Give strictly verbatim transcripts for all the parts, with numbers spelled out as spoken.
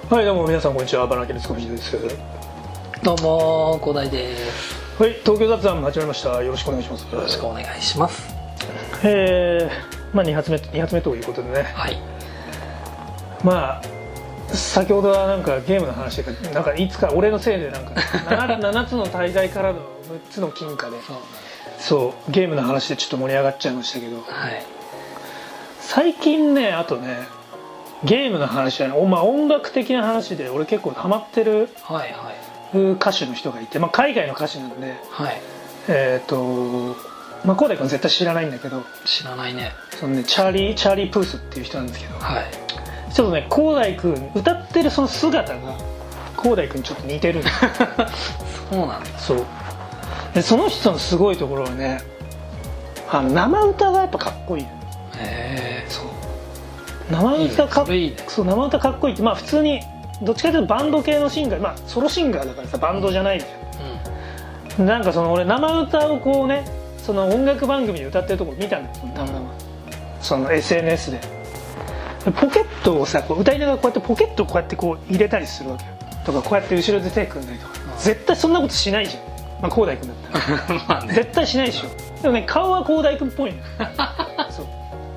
はい、どうも皆さんこんにちは。バナキのスコフィジです。 どうも広大です。 はい、東京雑談始まりました。よろしくお願いします。 よろしくお願いします。 えー、まあに発目に発目ということでね。 はい。 まあ先ほどはなんかゲームの話でなんかいつか俺のせいでなんか 7, ななつの大罪からのむっつの金貨でそう、 そうゲームの話でちょっと盛り上がっちゃいましたけど、 はい、 最近ね、あとねゲームの話はね、まあ、音楽的な話で俺結構ハマってる歌手の人がいて、まあ、海外の歌手なんで、 はい、 えっ、ー、とまあコーダイ君絶対知らないんだけど、 知らないね。 そのねチャーリーチャーリープースっていう人なんですけど、 はい、 ちょっとねコーダイ君歌ってるその姿がコーダイ君にちょっと似てるんですそうなんだ。 そうでその人のすごいところはね、あの生歌がやっぱかっこいい。へえ。 そう生歌かっいいね。 そう生歌かっこいいって、まあ普通にどっちかというとバンド系のシンガー、まあソロシンガーだからさバンドじゃないじゃん、うん、なんかその俺生歌をこうねその音楽番組で歌ってるところ見たんですよたまたま、その エスエヌエス でポケットをさこう歌いながらこうやってポケットをこうやってこう入れたりするわけよとか、こうやって後ろで手組んだりとか、うん、絶対そんなことしないじゃん、まあ広大君だったらまあ、ね、絶対しないでしょ。でもね顔は広大君っぽいのそう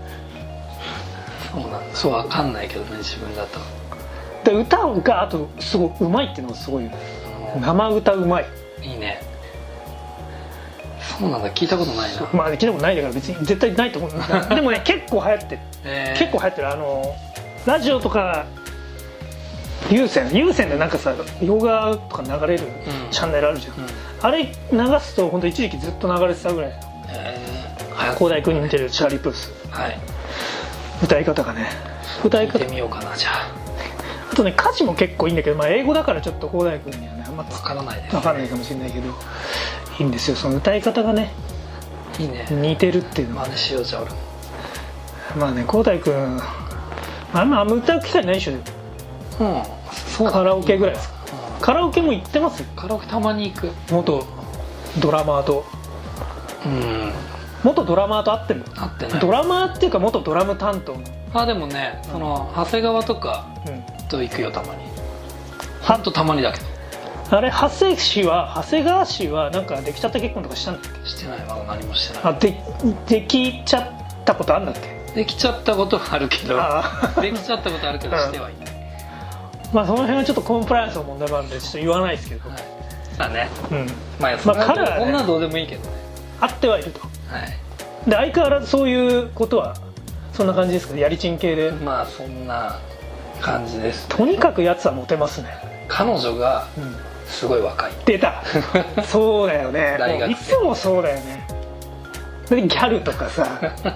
そうなんだ。そう分かんないけどね自分だと。 で歌があとすごいうまいっていうのがすごいよね。生歌うまい。 いいね。そうなんだ、聞いたことないな。 まあ聞いたことないだから別に絶対ないと思うんだでもね結構流行ってる、えー、結構流行ってる。あのラジオとか有線有線でなんかさ洋画とか流れるチャンネルあるじゃん、うんうん、あれ流すと本当一時期ずっと流れてたぐらいの広大君に似てるチャーリープース、はい、歌い方がね歌い方聞いてみようかな。じゃああとね歌詞も結構いいんだけど、まあ、英語だからちょっと広大君にはねあんま分からないです、ね、 分かんないかもしれないけどいいんですよ。その歌い方がねいいね、 似てるっていうのは真似しよう。じゃあ俺まあね広大君あんま歌う機会ないでしょ。 うん、そうカラオケぐらいですか、うん、カラオケも行ってます。 カラオケたまに行く。 元ドラマーとうん元ドラマーと会ってるの。 会ってない。 ドラマーっていうか元ドラム担当の。 あでもね、その長谷川とかと行くよたまに。ほんとたまにだけど。 あれ長谷氏は長谷川氏はなんかできちゃった結婚とかしたんだっけ。 してない。まだ何もしてない。 あ で, できちゃったことあるんだっけ。 できちゃったことはあるけどできちゃったことあるけどしてはいない、 うん、まあその辺はちょっとコンプライアンスの問題もあるんでちょっと言わないですけど、はい、 だね、うん、 まあそんな、まあ、彼はね、こんなどうでもいいけどねあってはいると、 はい、 で相変わらずそういうことはそんな感じですか。やりちん系で。 まあそんな感じです、ね、 とにかくやつはモテますね。 彼女がすごい若い、うん、 出たそうだよね大学生。 いつもそうだよね。でギャルとかさ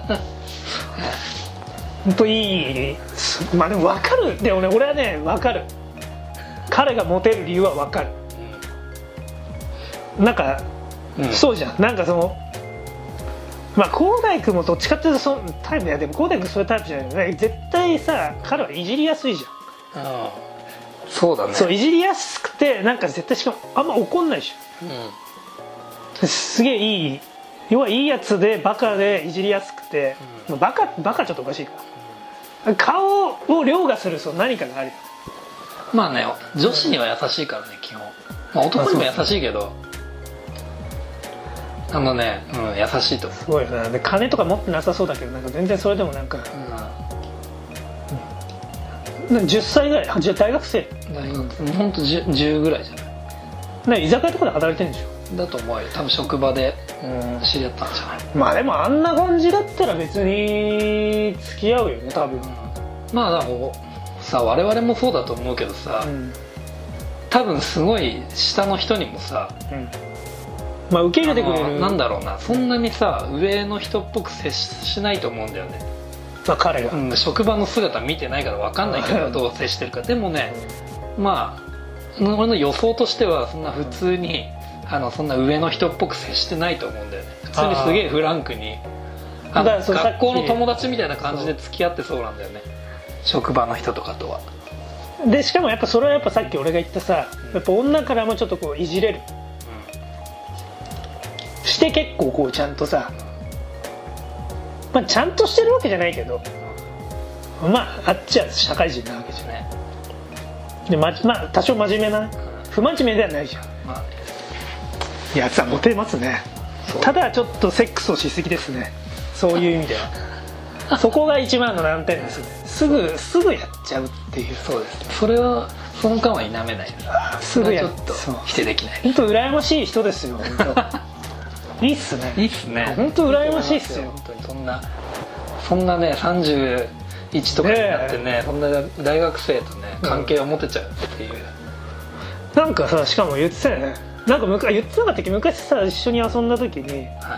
本当いい。まあでも分かる。でもね俺はね分かる。彼がモテる理由は分かる、うん、なんか、うん、そうじゃん。なんかそのまあ広大君もどっちかっていうとそのタイプだよ。でも広大君そういうタイプじゃないよね。絶対さ彼はいじりやすいじゃん。ああそうだね。 そういじりやすくてなんか絶対しかもあんま怒んないでしょ、うん、すげえいい。要はいいやつでバカでいじりやすくて、うん、バカバカちょっとおかしいか、うん、顔を凌駕するその何かがあるよ。 まあね女子には優しいからね基本、まあ、男にも優しいけどあのね、うん、優しいとすごいよね。で金とか持ってなさそうだけどなんか全然それでもなんか、うんうん、じゅっさいぐらい。じゃ大学生大学ほんと 10, じゅうぐらいじゃない。 ね居酒屋とかで働いてるんでしょ。 だと思うよ。多分職場で知り合ったんじゃない。 まあでもあんな感じだったら別に付き合うよね多分、うん、 まあでもさ我々もそうだと思うけどさ、うん、多分すごい下の人にもさ、うん、まあ受け入れてくれるなんだろうな、そんなにさ上の人っぽく接しないと思うんだよね、 まあ、彼が、 うん、職場の姿見てないから分かんないけどどう接してるか。でもね、うん、まあ俺の予想としてはそんな普通にあのそんな上の人っぽく接してないと思うんだよね。普通にすげえフランクにあの学校の友達みたいな感じで付き合ってそうなんだよね職場の人とかとは。 でしかもやっぱそれはやっぱさっき俺が言ったさ、うん、やっぱ女からもちょっとこういじれる、うん、して結構こうちゃんとさ、まあ、ちゃんとしてるわけじゃないけど、まああっちは社会人なわけじゃない。 で、ままあ多少真面目な、うん、不真面目ではないじゃん、まあね、やつはモテますね。ただちょっとセックスをしすぎですね、そういう意味ではそこが一番の難点ですね。すぐすぐやっちゃうっていう。 そうです。それはその間は否めないです。 すぐやっちょっと否定できない。 本当羨ましい人ですよ。本当いいっすね。 いいっすね。 本当羨ましいっすよ。 本当にそんなそんなねさんじゅういちとかになってね、そんな大学生とね関係を持てちゃうっていう、 うん、なんかさ、しかも言ってたよね。なんか昔言ってなかったっけ、昔さ一緒に遊んだ時に、はい、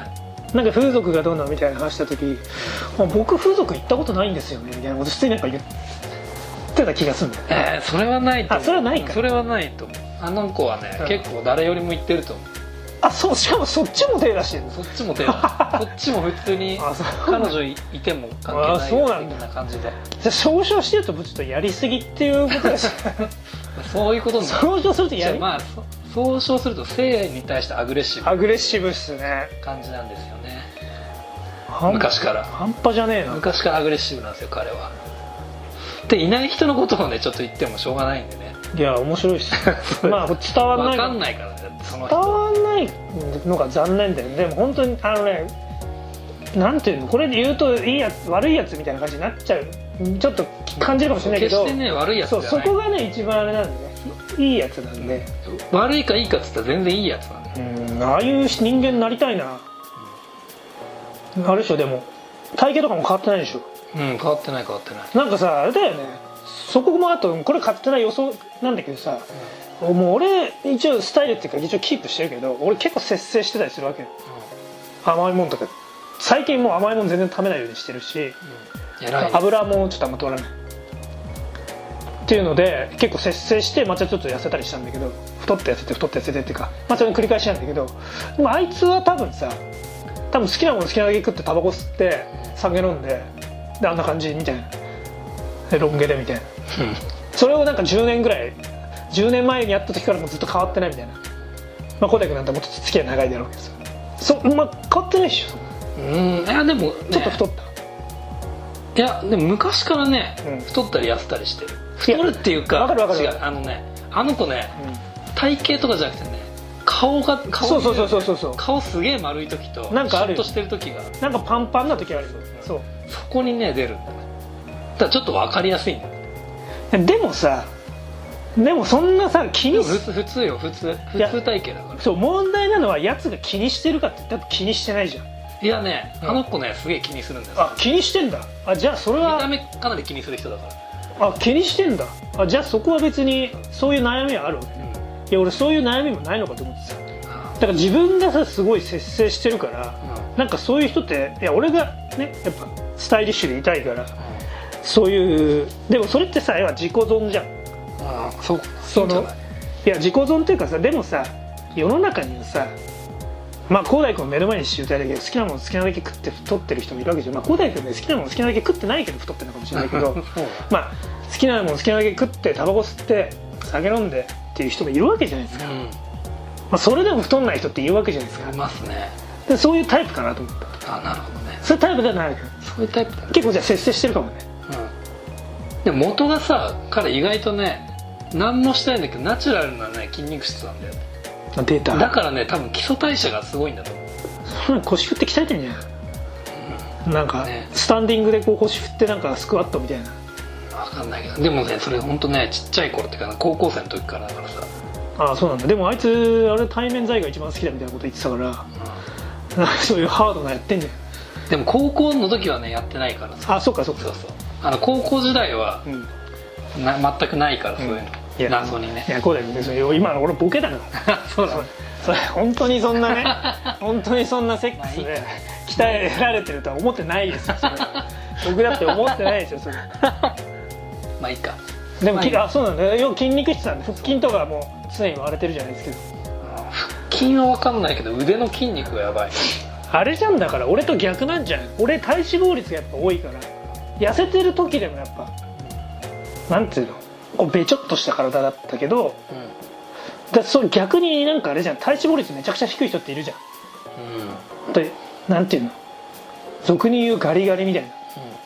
なんか風俗がどうなのみたいな話した時、僕風俗行ったことないんですよねみたいなこと普通になんか言ってた気がするんだよね。 えー、それはないと思う。 あ、それはないか。 それはないと思う。あの子はね、うん、結構誰よりも言ってると思う。 あ、そう、しかもそっちも手出してるの。 そっちも手出してそっちも普通に彼女いても関係ないよみたいな感じで。 じゃあ少々してるとちょっとやりすぎっていうことですそういうことになる。 少々するとやり、 まあ総称すると性に対してアグレッシブアグレッシブっすね感じなんですよね。昔から半端じゃねえな。 昔からアグレッシブなんですよ彼は。でいない人のことをねちょっと言ってもしょうがないんでね。 いや面白いっすまあ伝わんない分かんないからね。その伝わんないのが残念だよね。でも本当にあのね、なんていうの、これで言うといいやつ悪いやつみたいな感じになっちゃう、ちょっと感じるかもしれないけど、 決してね悪いやつじゃない。 そう、そこがね一番あれなんでね、いいやつなんで、 うん、悪いかいいかっつったら全然いいやつなんで、 うん、ああいう人間になりたいな、うん、あれでしょ。でも体型とかも変わってないでしょ。 うん、変わってない変わってない。 なんかさあれだよね、そこもあとこれ勝手な予想なんだけどさ、うん、もう俺一応スタイルっていうか一応キープしてるけど、俺結構節制してたりするわけよ、うん、甘いもんとか最近もう甘いもん全然食べないようにしてるし、うん、偉い。油もちょっとあんま取らないっていうので結構節制してまたちょっと痩せたりしたんだけど、太って痩せて太って痩せてっていうか、まあそれの繰り返しなんだけど、でもあいつは多分さ、多分好きなもの好きなだけ食ってタバコ吸って酒飲んで、であんな感じみたいな、でロン毛でみたいなそれをなんかじゅうねんぐらいじゅうねんまえにやった時からもうずっと変わってないみたいな。まあコデクなんてもっと付き合い長いだろうけどさ、そ、まあ、変わってないでしょ。 うん、いやでも、ね、 ちょっと太った。 いやでも昔からね、うん、太ったり痩せたりしてる。太るっていうか、 分かる分かる。 違う、あのね、あの子ね、うん、体型とかじゃなくてね、顔が顔そうそうそうそうそう、 顔すげえ丸い時となんかあるシュッとしてる時がなんかパンパンな時あるよ。そう、 そこにね出るんだね。だからちょっと分かりやすいんだよ。 でもさ、でもそんなさ気に普通普通よ普通普通体型だから。 そう、問題なのはやつが気にしてるかって多分気にしてないじゃん。 いやね、うん、あの子ねすげえ気にするんだよ。 あ、気にしてんだ。あ、じゃあそれは見た目かなり気にする人だから。 あ、気にしてんだ。あ、じゃあそこは別にそういう悩みはあるわけね、うん、いや俺そういう悩みもないのかと思ってさ、だから自分がさすごい節制してるから、うん、なんかそういう人って、いや俺がねやっぱスタイリッシュでいたいから、うん、そういうでもそれってさ要は自己損じゃん。 ああ、そうそのいや自己損っていうかさ、でもさ世の中にはさ、まあ広大君を目の前にしてるだけど好きなもの好きなだけ食って太ってる人もいるわけじゃん。まあ広大君ね好きなもの好きなだけ食ってないけど太ってるのかもしれないけどまあ好きなもの好きなだけ食ってタバコ吸って酒飲んでっていう人もいるわけじゃないですか、うん、まあ、それでも太んない人っているわけじゃないですか。 いますね。 でそういうタイプかなと思った。 あ、なるほどね。 そういうタイプではないけど、 そういうタイプだ、ね、 結構じゃあ節制してるかもね、 うん、でも元がさ彼意外とね何もしてないんだけどナチュラルなね筋肉質なんだよね。 データだからね多分基礎代謝がすごいんだと思う。 そんな腰振って鍛えてんじゃない、うん、なんか、ね、スタンディングでこう腰振ってなんかスクワットみたいな。 分かんないけど、でもねそれ本当ねちっちゃい頃っていうかな高校生の時からだからさ。 ああ、そうなんだ。でもあいつあれ対面在が一番好きだみたいなこと言ってたから、うん、なんかそういうハードなやってんじゃん。 でも高校の時はねやってないからさ。 あ、そうかそうか。 そうそう、あの高校時代は、うん、な全くないからそういうの、うん、謎にね。 いやこうだよね、それ今の俺ボケだからそうだ、 それ本当にそんなね本当にそんなセックスで鍛えられてるとは思ってないですよそれ僕だって思ってないですよそれまあいいか。 でも、 まあ、 あ、そうなんだよ、筋肉質なんで腹筋とかも常に割れてるじゃないですけど。 腹筋は分かんないけど腕の筋肉がやばい。 あれじゃん、だから俺と逆なんじゃん。俺体脂肪率がやっぱ多いから痩せてる時でもやっぱなんていうの、こうべちょっとした体だったけど、うん、だそれ逆になんかあれじゃん、体脂肪率めちゃくちゃ低い人っているじゃん、うん、でなんていうの、俗に言うガリガリみたいな、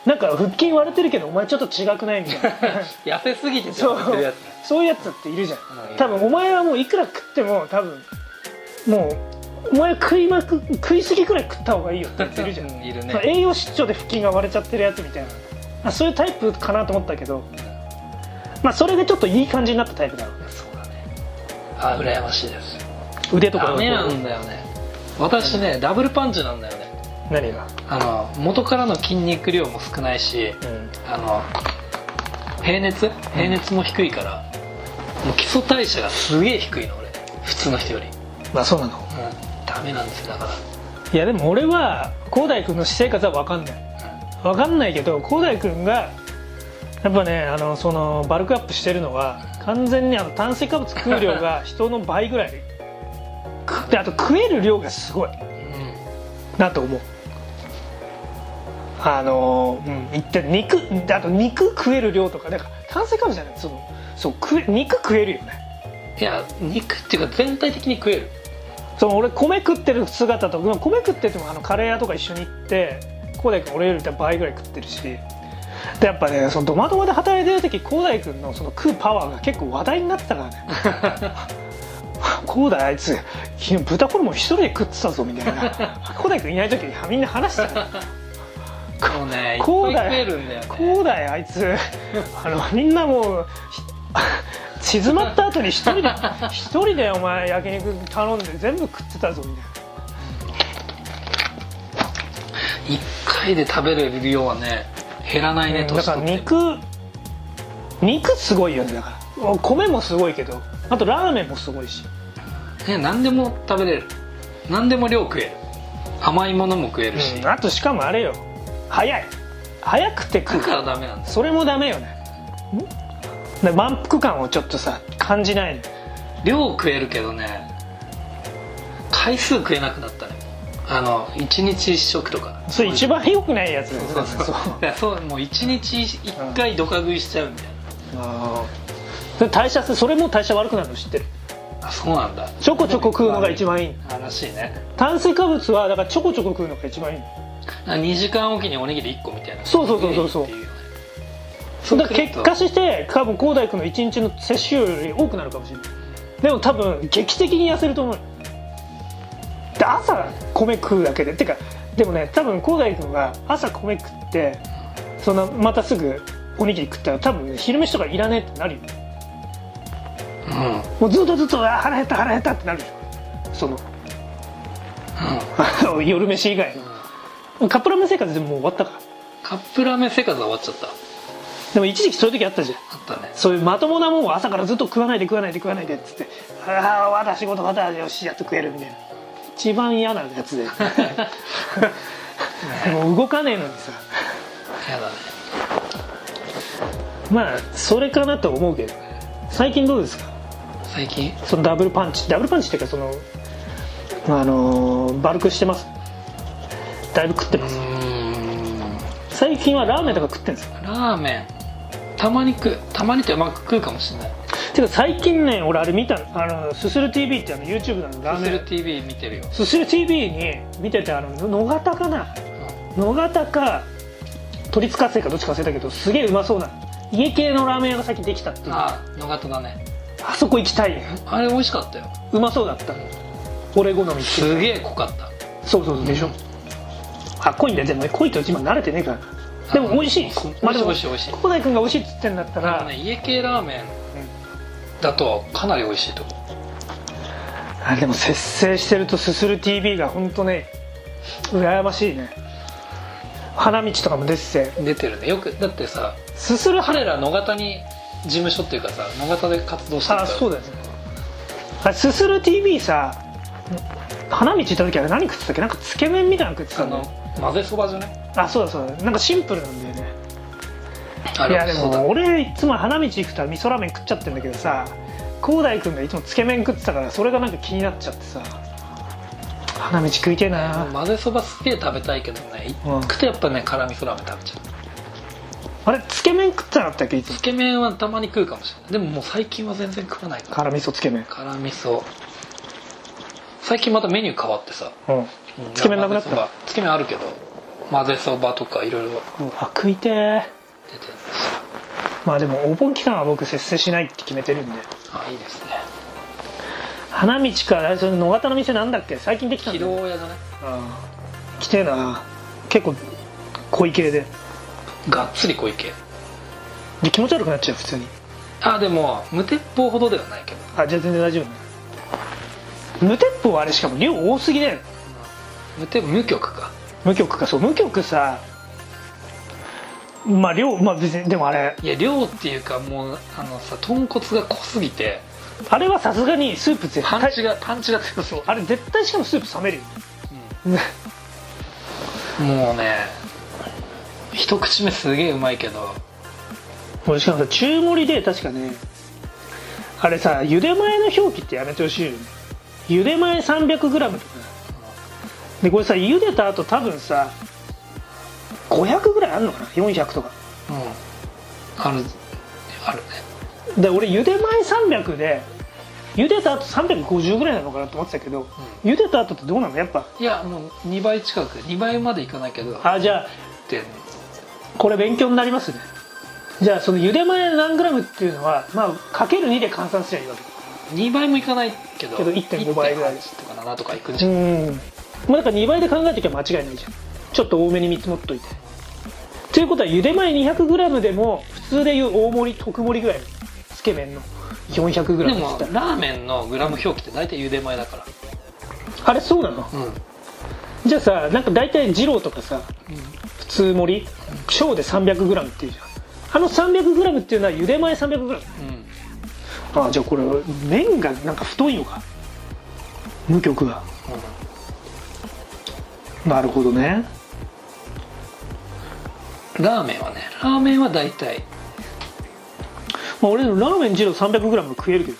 なんか腹筋割れてるけどお前ちょっと違くないみたいな痩せすぎてそうってるやつそういうやつっているじゃん、 うん、 多分お前はもういくら食っても多分もうお前は食いまく食いすぎくらい食った方がいいよってやついるじゃん、 うん、いるね、 まあ、栄養失調で腹筋が割れちゃってるやつみたいな、あそういうタイプかなと思ったけど、まあそれでちょっといい感じになったタイプだろうね。 そうだね。あ羨ましいです。 腕とかダメなんだよね。私ね、ダブルパンチなんだよね。 何が？ あの元からの筋肉量も少ないし、うん、あの平熱平熱も低いから、うん、もう基礎代謝がすげえ低いの俺普通の人より。 まあそうなの、 うん、ダメなんですよだから。 いやでも俺は広大君の私生活は分かんない、うん、分かんないけど広大君がやっぱねあのそのバルクアップしてるのは完全にあの炭水化物食う量が人の倍ぐらいで、あと食える量がすごい、うん、なと思う。あの、うん、言って肉あと肉食える量とかだから炭水化物じゃないそのそう食え肉食えるよね。 いや肉っていうか全体的に食える。 その俺米食ってる姿と米食っててもあのカレー屋とか一緒に行って広大君俺より倍ぐらい食ってるし、でやっぱねそのドマドマで働いてる時広大君のその食うパワーが結構話題になってたからね広大あいつ昨日豚ホルモン一人で食ってたぞみたいな広大君いない時にみんな話してたもうねいっぱい食えるんだよね。 広大あいつあのみんなもう静まった後に一人で一人でお前焼肉頼んで全部食ってたぞみたいな。 いっかいで食べれる量はね減らないね、 うん、だから肉肉すごいよね。だから米もすごいけどあとラーメンもすごいし、 ね、何でも食べれる。何でも量食える。甘いものも食えるし、 うん、あとしかもあれよ早い早くて食うだからダメなんだ。 それもダメよね。で満腹感をちょっとさ感じないの。 量食えるけどね回数食えなくなったね。あのいちにちいっ食とかそれ一番良くないやつだよ。 そうそうそうそうもういちにちいっかいドカ食いしちゃうみたいな、 うん、代謝それも代謝悪くなるの知ってる？ あそうなんだ。 ちょこちょこ食うのが一番いい。 あらしいね。 炭水化物はだからちょこちょこ食うのが一番いい。 にじかんおきにおにぎりいっこみたいな。 そうそうそうそうそう。そだから結果して多分広大君のいちにちの摂取量より多くなるかもしれない。でも多分劇的に痩せると思う。で朝米食うだけでてかでもね多分広大君は朝米食ってそのまたすぐおにぎり食ったら多分、ね、昼飯とかいらねえってなるよ、うん、もうずっとずっと腹減った腹減ったってなるでしょその、うん、夜飯以外の、うん、カップラーメン生活でももう終わったから。 カップラーメン生活は終わっちゃった。 でも一時期そういう時あったじゃん。 あったね。 そういうまともなもんを朝からずっと食わないで食わないで食わないでっつってああまだ仕事まだよしやっと食えるみたいな一番嫌なやつでもう動かねえのにさ嫌だね。 まあそれかなと思うけど最近どうですか？ 最近そのダブルパンチダブルパンチっていうかそのあのー、バルクしてます？だいぶ食ってます？うーん最近はラーメンとか食ってんですか？ ラーメンたまに食うたまにってうまく食うかもしれない。 てか最近ね俺あれ見たあのすする ティービー ってあの YouTube のラーメンすする ティービー 見てるよ。 すする ティービー に見ててあの野方かな、うん、野方か都立活性かどっちか忘れたけどすげえうまそうな家系のラーメン屋が先できたっていう。 ああ野方だね。 あそこ行きたい。 あれ美味しかったよ。 うまそうだった。俺好みすげえ濃かった。 そうそうそうでしょ、うん、あ濃いんだよ。でも濃いと今慣れてねえから。でも美味しい。 まあでも美味しい美味しい。 広大君が美味しいっつってんだったら、 ね、家系ラーメンだとかなり美味しいと思う。 あでも節制してるとすする ティービー が本当ね羨ましいね。花道とかも出てて出てるねよく。だってさすする彼ら野方に事務所っていうかさ野方で活動してるから。 あそうだよね。あすする ティービー さ花道行った時あれ何食ってたっけ？なんかつけ麺みたいなの食ってたの。 混ぜそばじゃない？ あそうだそうだなんかシンプルなんだよね。いやでも俺いつも花道行くと味噌ラーメン食っちゃってるんだけどさ広大君がいつもつけ麺食ってたからそれがなんか気になっちゃってさ花道食いてえな。 混ぜそばすげえ食べたいけどね、うん、行くとやっぱね辛味噌ラーメン食べちゃう。 あれつけ麺食ってなかったっけ？いつもつけ麺はたまに食うかもしれない。でももう最近は全然食わないから。 辛味噌つけ麺辛味噌最近またメニュー変わってさ、 うん、つけ麺なくなった。 つけ麺あるけど混ぜそばとかいろいろうわ食いてー。 出てるんですよ。 まあでもお盆期間は僕節制しないって決めてるんで。 あ、いいですね。 花道かその野方の店なんだっけ、最近できたんだ軌よ。 道屋じゃない？ 来てえな。結構濃い系でがっつり濃い系で気持ち悪くなっちゃう普通に。 あ、でも無鉄砲ほどではないけど。 あ、じゃあ全然大丈夫ね。無鉄砲はあれしかも量多すぎだよ。 無鉄無極か。 無極か。そう無極さ、まあ量まあ別にでもあれいや量っていうかもうあのさ豚骨が濃すぎてあれはさすがにスープ絶対パンチがパンチが強そう。 あれ絶対しかもスープ冷めるよ、 うん、もうね一口目すげえうまいけど、 俺しかもさ中盛りで確かねあれさ茹で前の表記ってやめてほしいよね。茹で前 さんびゃくグラム とかでこれさ茹でた後多分さごひゃくぐらいあるのかな、よんひゃくとか。 うんあるあるね。 で俺茹で前さんびゃくで茹でた後さんびゃくごじゅうぐらいなのかなと思ってたけど、うん、茹でた後ってどうなのやっぱ。 いやもうにばい近くにばいまでいかないけど。 あ、じゃあでこれ勉強になりますね。じゃあその茹で前何グラムっていうのはまあかけるにで換算すればいいわけ。 にばいもいかないけどけど いってんごばいぐらいいってんはちとかななとかいくんじゃん。 うんまあだからにばいで考えておけば間違いないじゃん。ちょっと多めに見積もっといて。ということは茹で前 にひゃくグラム でも普通でいう大盛り特盛りぐらいつけ麺の よんひゃくグラムでって言ったらもラーメンのグラム表記って大体茹で前だから。 あれそうなの、 うん、 じゃあさなんか大体二郎とかさ、うん、普通盛り小で さんびゃくグラム っていうじゃん。あの さんびゃくグラム っていうのは茹で前 さんびゃくグラム、うん、ああじゃあこれ麺がなんか太いのか無極が、うん、なるほどね。 ラーメンはねラーメンは大体、 まあ、俺のラーメン二郎 さんびゃくグラム 食えるけど、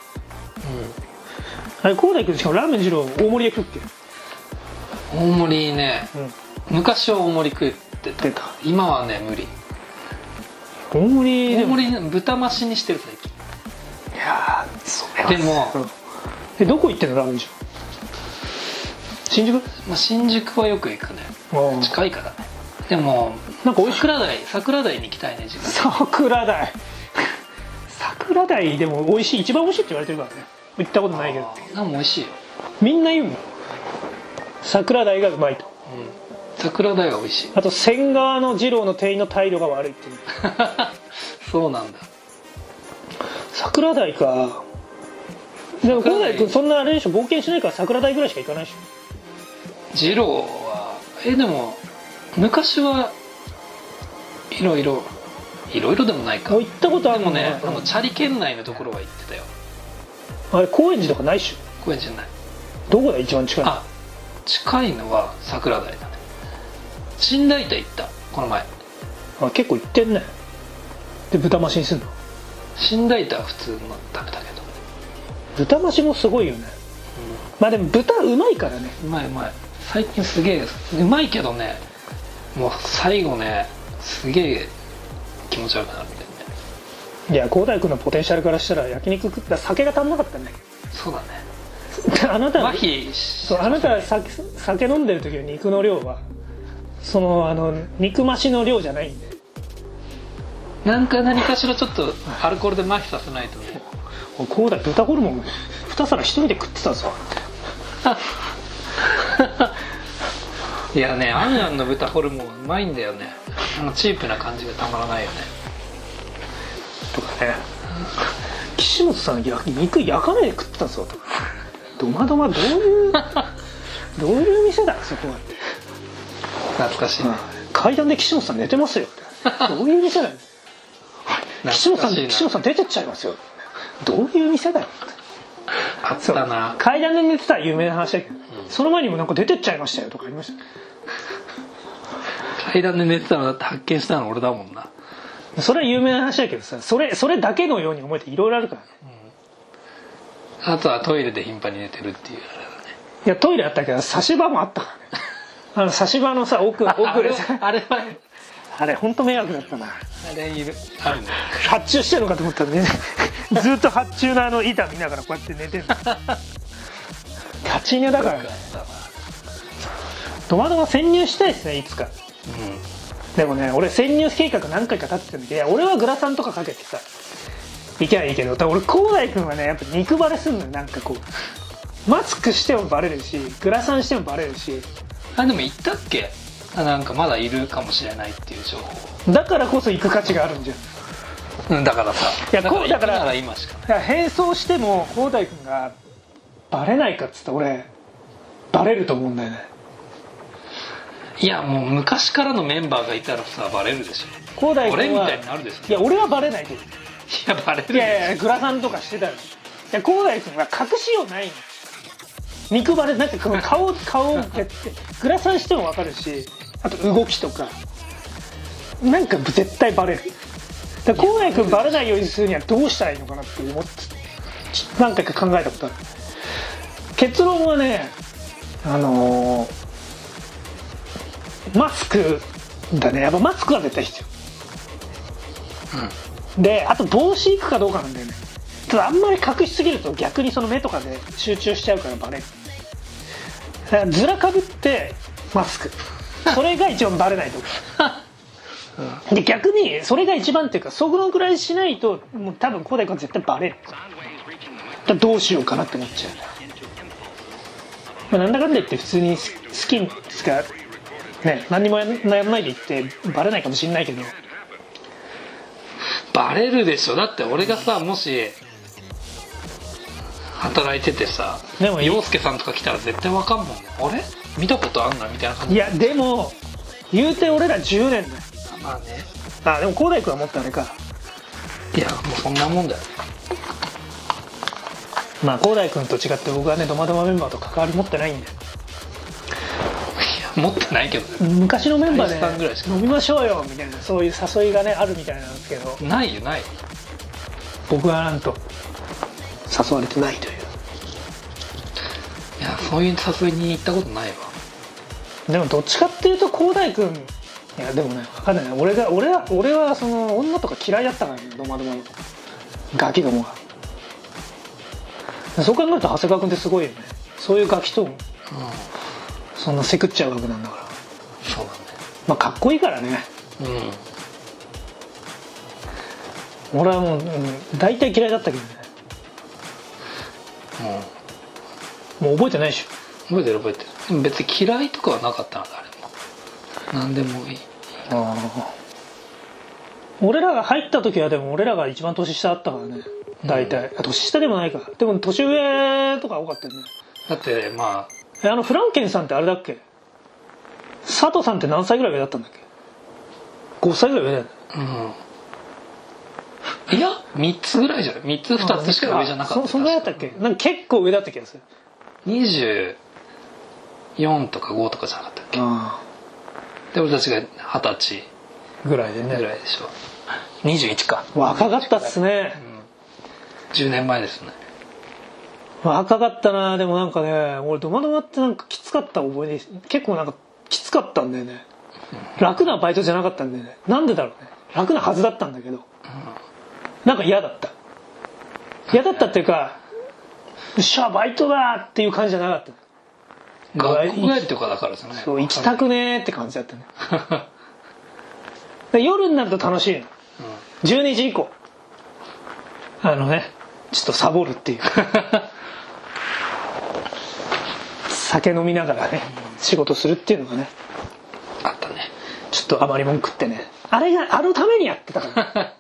うん、あれ広大君しかもラーメン二郎大盛りで食うっけ。 大盛りね、うん、昔は大盛り食ってた。た今はね無理。 大盛り大盛り豚増しにしてる最近。 いやそれはでも、 うん、えどこ行ってんのラーメン二郎。新宿、 まあ、新宿はよく行くね。近いからね。でもなんか美味しい。 桜台桜台に行きたいね自分。 桜台桜台でも美味しい一番美味しいって言われてるからね。行ったことないけど。 なんも美味しいよ。 みんな言うの桜台がうまいと、 うん、桜台が美味しい。 あと仙川の二郎の店員の態度が悪いっていうそうなんだ。 桜台か。でも広大君そんなあれでしょ冒険しないから桜台ぐらいしか行かないでしょ。 二郎はえでも昔はいろいろいろいろでもないか。 行ったことあるのね。あのチャリ圏内のところは行ってたよ。 あれ高円寺とかないっしょ。 高円寺ない。 どこが一番近いの。 あ近いのは桜台だね。新大田行ったこの前。 あ結構行ってんね。で豚増しにすんの。 新大田は普通の食べたけど豚増しもすごいよね、うん、まあでも豚うまいからね。 うまいうまい。最近すげえうまいけどねもう最後ねすげえ気持ち悪くなるんだよね。 いや広大君のポテンシャルからしたら焼肉食ったら酒が足んなかったね。 そうだね。 あなた麻痺そうあなたが 酒, 酒飲んでる時の肉の量はそのあの肉増しの量じゃないんでなんか何かしらちょっとアルコールで麻痺させないとね。 広大豚ホルモンに皿一人で食ってたぞいやねアンアンの豚ホルモンうまいんだよね。あのチープな感じがたまらないよね。 とかね岸本さん肉焼かないで食ってたぞとかドマドマどういうどういう店だそこはって懐かしいね、うん、 階段で岸本さん寝てますよってどういう店だよ岸本さん岸本さん出てっちゃいますよどういう店だよあったな。 階段で寝てたら有名な話だけど、うん、その前にもなんか出てっちゃいましたよとかありました階段で寝てたのだって発見したの俺だもんな。 それは有名な話だけどさそれそれだけのように思えていろいろあるからね、 うん、あとはトイレで頻繁に寝てるっていうあれだね。 いやトイレあったけど差し歯もあったからねあの差し歯のさ奥奥でさあれはあれ本当迷惑だったな。 あれいるあるね。 発注してるのかと思ったらねずっと発注のあの板見ながらこうやって寝てるのガチ寝だからね。ドマドマ潜入したいですねいつか。 うん、 でもね俺潜入計画何回か立ってたんだけど、いや俺はグラサンとかかけてさいけばいいけど、俺広大君はねやっぱ肉バレすんのよ。なんかこうマスクしてもバレるしグラサンしてもバレるし。 あでも言ったっけ、あなんかまだいるかもしれないっていう情報。 だからこそ行く価値があるんじゃん。 うん、だからさいやだからこうだから行くなら今しかだから変装しても広大君がバレないかっつったら俺バレると思うんだよね。 いやもう昔からのメンバーがいたらさバレるでしょ。 広大君は俺みたいになるでしょ。 いや俺はバレないと思う。 いやバレるでしょ。 いやいやグラサンとかしてたら、いや広大君は隠しようないの。肉バレなんかこの顔顔やってグラサンしても分かるし、あと動きとかなんか絶対バレる。だから広大君バレないようにするにはどうしたらいいのかなって思って何回か考えたことある。結論はねあのー、マスクだね。やっぱマスクは絶対必要、うん、であと帽子いくかどうかなんだよね。ただあんまり隠しすぎると逆にその目とかで集中しちゃうからバレる。だからずらかぶってマスクそれが一番バレないと思う、うん、で逆にそれが一番っていうかそのぐらいしないともう多分広大君は絶対バレる。だどうしようかなって思っちゃう、まあ、なんだかんだ言って普通に好きですかね、何にもやらないで言ってバレないかもしれないけど。 バレるでしょ。だって俺がさもし働いててさでも陽介さんとか来たら絶対わかんもんね。あれ見たことあんなみたいな感じ。 いやでも言うて俺らじゅうねんだよ。 まあね。 あでも広大君はもっとあれか。 いやもうそんなもんだよ。 まあ広大君と違って僕はねドマドマメンバーと関わり持ってないんで。 いや持ってないけど、ね、 昔のメンバーで、 ぐらいしか飲みましょうよみたいなそういう誘いがねあるみたいなんですけど、 ないよないよ。 僕はなんと誘われてないという。 いやそういう誘いに行ったことないわ。 でもどっちかっていうと広大君、いやでもね分かんないね。俺が俺は俺はその女とか嫌いだったからね、ドマドマのガキどもが。そう考えると長谷川君ってすごいよね。そういうガキとも、うん、そんなせくっちゃうわけなんだから。 そうだね。 まあかっこいいからね。うん。俺はもう、うん、大体嫌いだったけどね。もうもう覚えてないでしょ。 覚えてる覚えてる。でも別に嫌いとかはなかったな誰も。何でもいい。 ああ。俺らが入った時はでも俺らが一番年下だったからね。大体、うん、年下でもないか。でも年上とか多かったよね。だってまああのフランケンさんってあれだっけ、佐藤さんって何歳ぐらい上だったんだっけ。ごさいぐらい上だよね。 うん。いやみっつぐらいじゃない。みっつふたつしか上じゃなかった。 そ, そんぐらいだったっけ。なんか結構上だった気がする。 にじゅうよんとかごとかじゃなかったっけ。あで俺たちがはたちぐらいでね。 ぐらいでしょ。にじゅういちか。 若かったっすね、 うん、じゅうねんまえですね。 若かったな。でもなんかね俺ドマドマってなんかきつかった覚えで、結構なんかきつかったんだよね、うん、楽なバイトじゃなかったんだよね。なんでだろうね。楽なはずだったんだけど、うん、なんか嫌だった嫌だったっていうか、よっしゃバイトだっていう感じじゃなかった。 学校帰りとかだからですね。 そう行きたくねーって感じだったね夜になると楽しいの、うん、じゅうにじ以降あのねちょっとサボるっていう酒飲みながらね仕事するっていうのがねあったね。 ちょっと余りもん食ってね、あれがあのためにやってたから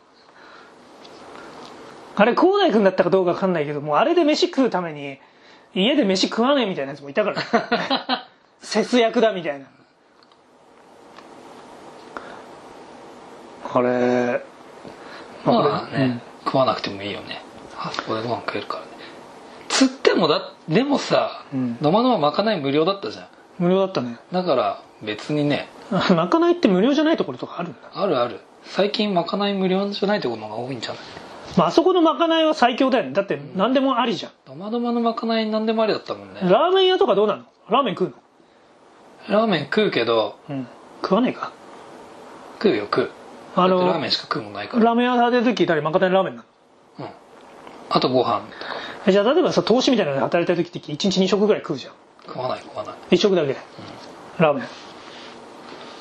あれ広大君だったかどうか分かんないけど、もうあれで飯食うために家で飯食わねえみたいなやつもいたから節約だみたいな。あれまあね、うん、食わなくてもいいよね。あそこでご飯食えるからね。釣ってもだでもさ、うん、飲まのままかない無料だったじゃん。 無料だったね。 だから別にねまかないって無料じゃないところとかあるんだ。 あるある。最近まかない無料じゃないところの方が多いんじゃない。 まあ、あそこのまかないは最強だよね。だって何でもありじゃん。 ドマドマのまかない何でもありだったもんね。 ラーメン屋とかどうなの。ラーメン食うの。 ラーメン食うけど、うん、食わねえか。 食うよ食う。あのラーメンしか食うもんないから。 ラーメン屋で時誰まかないラーメンなの。 うん。あとご飯とか。じゃあ例えばさ投資みたいなので働いた時っていちにちに食ぐらい食うじゃん。 食わない食わない。 いっ食だけ、うん、ラーメン。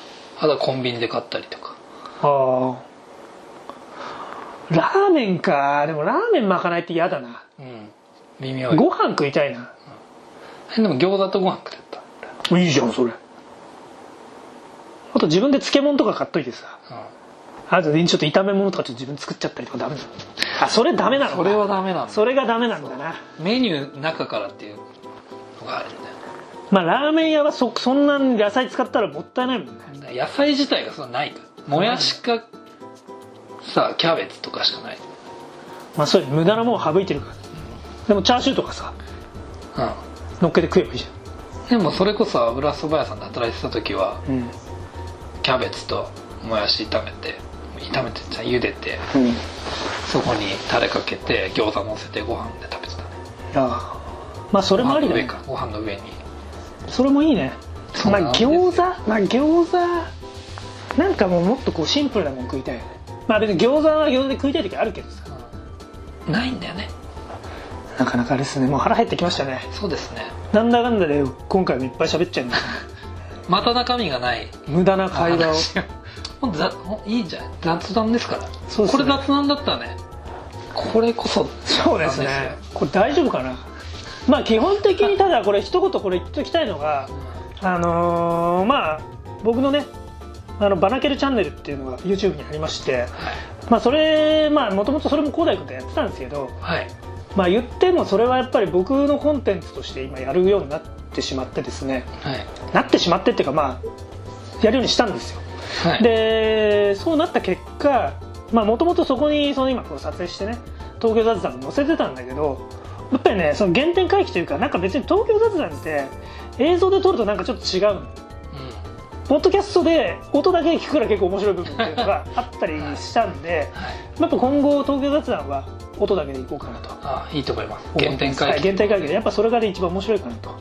とはコンビニで買ったりとか。 ああ、ラーメンか。でもラーメンまかないって嫌だな。 うん、微妙。 ご飯食いたいな、 うん、でも餃子とご飯食ってた。 いいじゃんそれ。あと自分で漬物とか買っといてさ、うん、あとちょっと炒め物とかちょっと自分作っちゃったりとかダメだ。あ、それダメなのか。 それはダメなんだ。 それがダメなんだな。 メニュー中からっていうのがあるんだよ。 まあラーメン屋は そ, そんな野菜使ったらもったいないもんね。 野菜自体がそんなないから、もやしかさキャベツとかしかない。 まあそういう無駄なもん省いてるから、うん、でもチャーシューとかさ、うん、乗っけて食えばいいじゃん。でもそれこそ油そば屋さんで働いてた時は、うん、キャベツともやし炒めて炒めてじゃ茹でて、うん、そこにタレかけて餃子乗せてご飯で食べてたね。 ああ、まあそれもありだね。 ご飯の上にそれもいいね。まあ餃子まあ餃子なんかもうもっとこうシンプルなもん食いたいよね。まあ別に餃子は餃子で食いたい時あるけどさ、 うん、ないんだよね。 なかなかですね。もう腹減ってきましたね。 そうですね。 なんだかんだで今回もいっぱい喋っちゃうんですね。 また中身がない無駄な会話をほんといいじゃん、雑談ですから。 そうですね、 これ雑談だったらね、これこそそうですね。これ大丈夫かな。まあ基本的にただこれ一言これ言っときたいのが、あのー、まあ僕のねあのバナケルチャンネルっていうのが YouTube にありまして、はい、まあそれまあもともとそれも広大君とやってたんですけど、はい、まあ言ってもそれはやっぱり僕のコンテンツとして今やるようになってしまってですね、はい、なってしまってっていうかまあやるようにしたんですよ。はい、でそうなった結果もともとそこにその今こう撮影してね東京雑談も載せてたんだけど、やっぱりねその原点回帰というかなんか別に東京雑談って映像で撮るとなんかちょっと違うの、うん、ポッドキャストで音だけで聞くから結構面白い部分っていうのがあったりしたんで、はいはい、やっぱ今後東京雑談は音だけでいこうかなと。 ああいいと思います。原点回帰、 はい、原点回帰でやっぱそれがで一番面白いかなと、はい、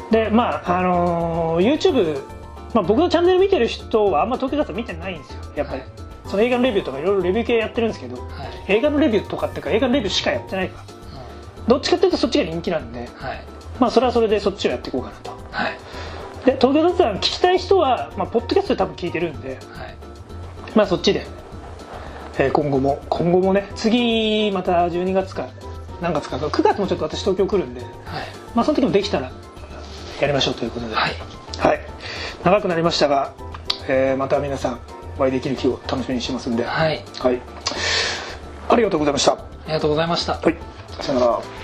でまああのー、YouTube、まあ、僕のチャンネル見てる人はあんま東京雑談見てないんですよやっぱり、はい、その映画のレビューとかいろいろレビュー系やってるんですけど、はい、映画のレビューとかっていうか映画のレビューしかやってないから、うん、どっちかっていうとそっちが人気なんで、はい、まあそれはそれでそっちをやっていこうかなと、はい、で東京雑談聞きたい人は、まあ、ポッドキャストで多分聞いてるんで、はい、まあそっちで、えー、今後も今後もね次またじゅうにがつか何月かくがつもちょっと私東京来るんで、はい、まあその時もできたらやりましょうということで、はいはい、長くなりましたが、えー、また皆さんお会いできる日を楽しみにしてますんで、はいはい、ありがとうございました。ありがとうございました。 はい、さよなら。